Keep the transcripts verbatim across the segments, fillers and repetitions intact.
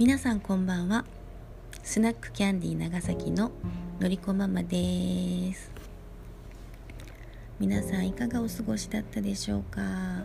皆さんこんばんは。スナックキャンディー長崎ののりこママです。皆さんいかがお過ごしだったでしょうか。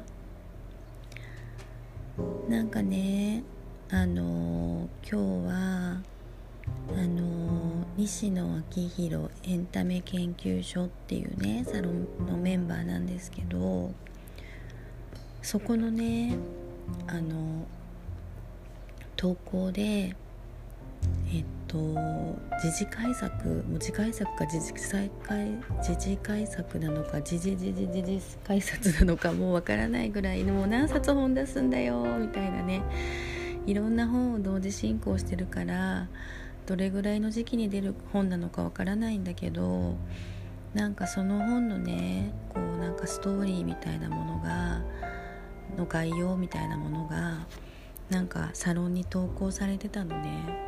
なんかねあのー、今日はあのー、西野昭弘エンタメ研究所っていうねサロンのメンバーなんですけど、そこのねあの投稿でえっと時事改作もう次回作か時事再開時事改作なのか時事時事時事改札なのかもうわからないぐらいのもう何冊本出すんだよみたいなね、いろんな本を同時進行してるからどれぐらいの時期に出る本なのかわからないんだけど、なんかその本のねこうなんかストーリーみたいなものがの概要みたいなものがなんかサロンに投稿されてたのね。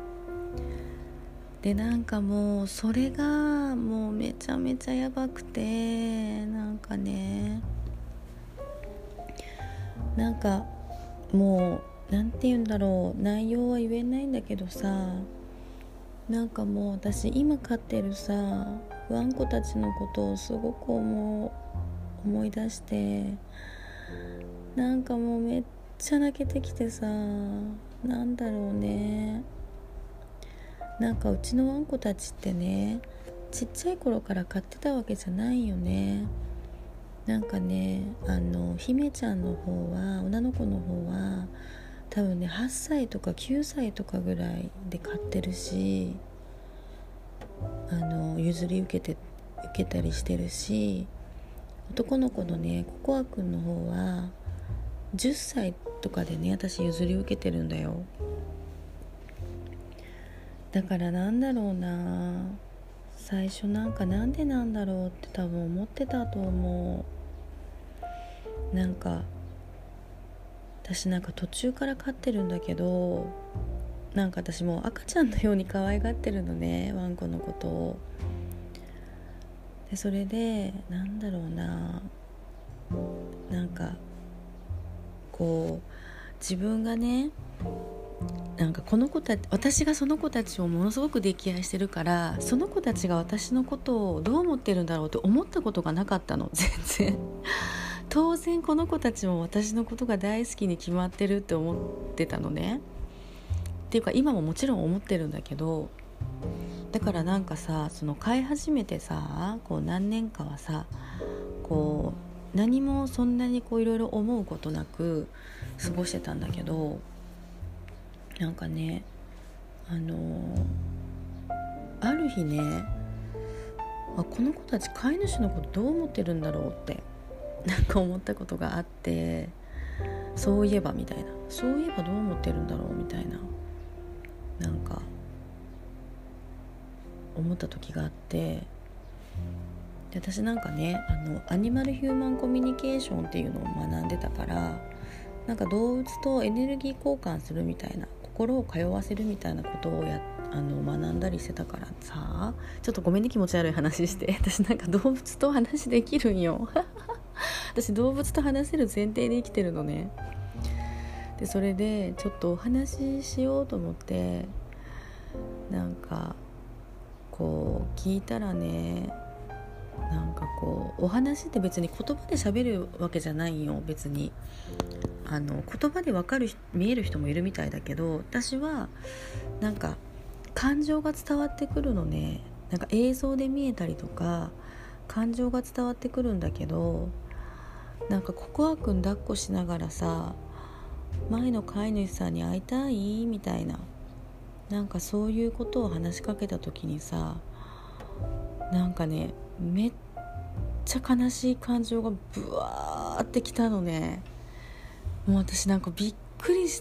でなんかもうそれがもうめちゃめちゃやばくて、なんかねなんかもうなんて言うんだろう、内容は言えないんだけどさ、なんかもう私今飼ってるさワンコたちのことをすごく思う思い出して、なんかもうめっちゃ泣けてきてさ、なんだろうね、なんかうちのワンコたちってねちっちゃい頃から飼ってたわけじゃないよね。なんかねあの姫ちゃんの方は女の子の方は多分ねはっさいとかきゅうさいとかぐらいで飼ってるし、あの譲り受けて受けたりしてるし、男の子のねココアくんの方はじゅっさいとかでね私譲り受けてるんだよ。だからなんだろうな、最初なんかなんでなんだろうって多分思ってたと思う。なんか私なんか途中から飼ってるんだけど、なんか私もう赤ちゃんのように可愛がってるのね、ワンコのことを。でそれでなんだろうな、なんかこう自分がねなんかこの子たち私がその子たちをものすごく溺愛してるから、その子たちが私のことをどう思ってるんだろうって思ったことがなかったの、全然当然この子たちも私のことが大好きに決まってるって思ってたのね。っていうか今ももちろん思ってるんだけど、だからなんかさその飼い始めてさこう何年かはさこう何もそんなにこういろいろ思うことなく過ごしてたんだけど、なんかねあのー、ある日ねあこの子たち飼い主のことどう思ってるんだろうってなんか思ったことがあって、そういえばみたいな、そういえばどう思ってるんだろうみたいななんか思った時があって、で私なんかねあのアニマルヒューマンコミュニケーションっていうのを学んでたから、なんか動物とエネルギー交換するみたいな、心を通わせるみたいなことをやあの学んだりしてたからさ、ちょっとごめんね気持ち悪い話して私なんか動物と話できるんよ私動物と話せる前提で生きてるのね。でそれでちょっとお話ししようと思ってなんかこう聞いたらね、なんかこうお話って別に言葉で喋るわけじゃないよ。別にあの言葉で分かる見える人もいるみたいだけど、私はなんか感情が伝わってくるのね。なんか映像で見えたりとか感情が伝わってくるんだけど、なんかココアくん抱っこしながらさ、前の飼い主さんに会いたいみたいな、なんかそういうことを話しかけた時にさ、なんかねめっちゃ悲しい感情がブワーってきたのね。もう私なんかびっくりして、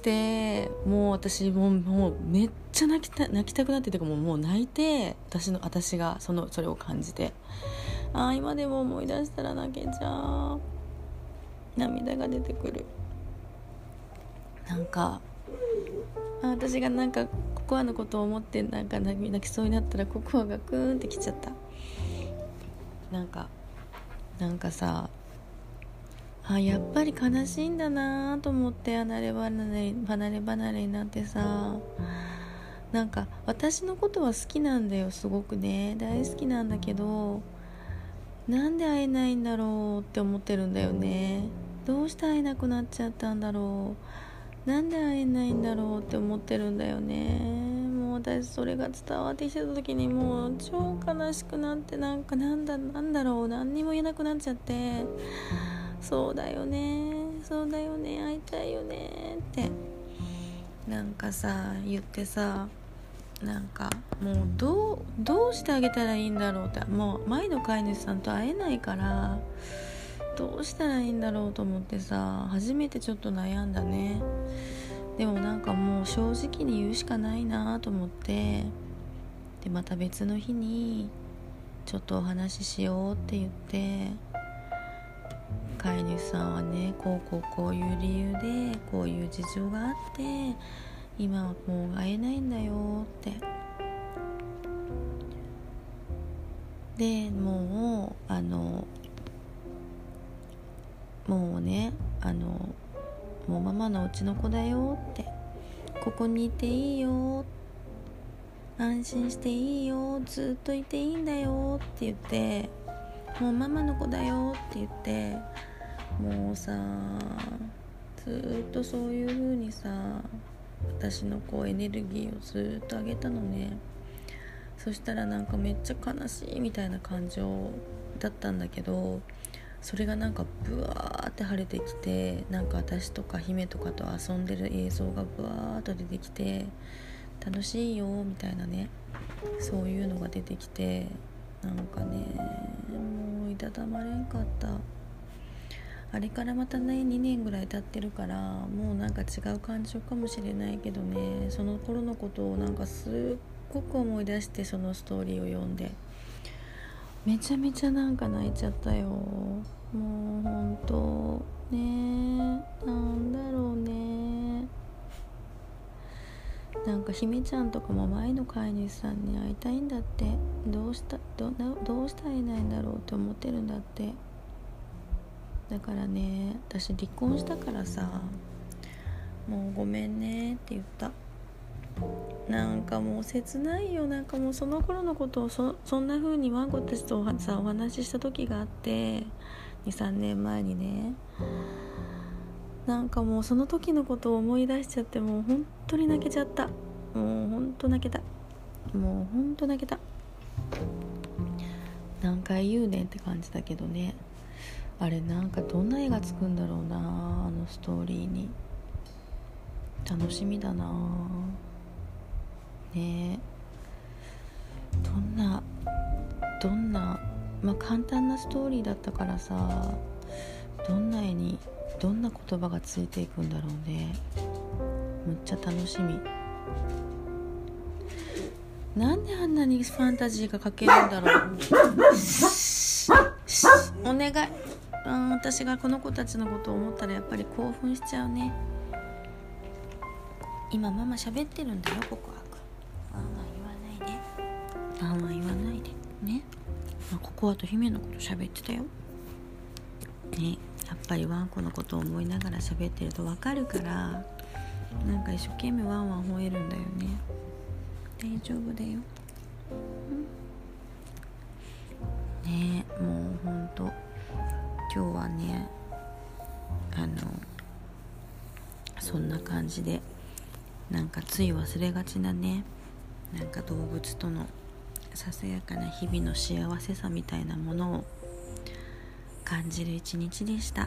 もう私もう、もうめっちゃ泣きた泣きたくなっててかもう、もう泣いて、私の私がそのそれを感じて、あー今でも思い出したら泣けちゃう、涙が出てくる。なんか私がなんかココアのことを思ってなんか泣きそうになったらココアがクーンってきちゃった。なんかなんかさあやっぱり悲しいんだなと思って、離れ離れ離れ離れになってさ、なんか私のことは好きなんだよ、すごくね、大好きなんだけど、なんで会えないんだろうって思ってるんだよね。どうして会えなくなっちゃったんだろう、なんで会えないんだろうって思ってるんだよね。もう私それが伝わってきてた時にもう超悲しくなって、なんかなんだなんだろう何にも言えなくなっちゃって、そうだよねそうだよね会いたいよねってなんかさ言ってさ、なんかもうどうどうしてあげたらいいんだろうって、もう前の飼い主さんと会えないからどうしたらいいんだろうと思ってさ、初めてちょっと悩んだね。でもなんかもう正直に言うしかないなと思って、でまた別の日にちょっとお話ししようって言って、飼い主さんはねこうこうこういう理由でこういう事情があって今はもう会えないんだよって、でもうあのもうねあのもうママのうちの子だよって、ここにいていいよ、安心していいよ、ずっといていいんだよって言って、もうママの子だよって言って、もうさずっとそういう風にさ私のこうエネルギーをずっと上げたのね。そしたらなんかめっちゃ悲しいみたいな感情だったんだけど、それがなんかブワーって晴れてきて、なんか私とか姫とかと遊んでる映像がブワーっと出てきて、楽しいよみたいなね、そういうのが出てきて、なんかねもういたたまれんかった。あれからまたねにねんぐらい経ってるから、もうなんか違う感情かもしれないけどね、その頃のことをなんかすっごく思い出して、そのストーリーを読んでめちゃめちゃなんか泣いちゃったよ。もうほんとね、なんだろうね、なんか姫ちゃんとかも前の飼い主さんに会いたいんだって、どうしたどどうして会えないんだろうって思ってるんだって。だからね私離婚したからさ、もうごめんねって言った。なんかもう切ないよ。なんかもうその頃のことを そ, そんな風にワンコたちとさお話しした時があって、にさんねんまえにね、なんかもうその時のことを思い出しちゃって、もう本当に泣けちゃった。もう本当泣けた。もう本当泣けた。何回言うねんって感じだけどね。あれなんかどんな絵がつくんだろうな、あのストーリーに。楽しみだなね。どんなどんなまあ簡単なストーリーだったからさ、どんな絵にどんな言葉がついていくんだろうね。むっちゃ楽しみ。なんであんなにファンタジーが描けるんだろうお願い。うん、私がこの子たちのことを思ったらやっぱり興奮しちゃうね。今ママ喋ってるんだよ、ココアくん。ワンワン言わないで、ワンワン言わないでね。ココアと姫のこと喋ってたよね。やっぱりワンコのことを思いながら喋ってると分かるから、なんか一生懸命ワンワン吠えるんだよね。大丈夫だよ、うん、ねえ、もうほんと今日はねあのそんな感じで、なんかつい忘れがちなね、なんか動物とのささやかな日々の幸せさみたいなものを感じる一日でした。あっ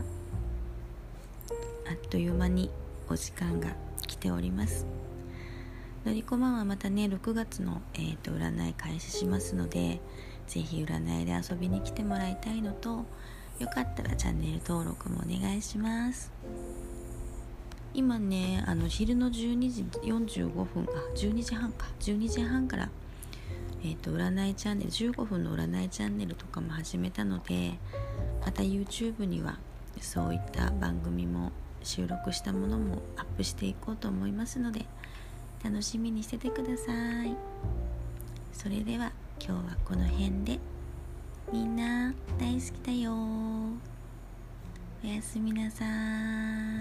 という間にお時間が来ております。のりこママはまたねろくがつの、えー、と占い開始しますので、ぜひ占いで遊びに来てもらいたいのと、よかったらチャンネル登録もお願いします。今ねあの昼のじゅうにじよんじゅうごふん、あじゅうにじはんかじゅうにじはんから、えー、と占いチャンネルじゅうごふんの占いチャンネルとかも始めたので、また YouTube にはそういった番組も収録したものもアップしていこうと思いますので、楽しみにしててください。それでは今日はこの辺で、みんな大好きだよ。おおやすみなさーい。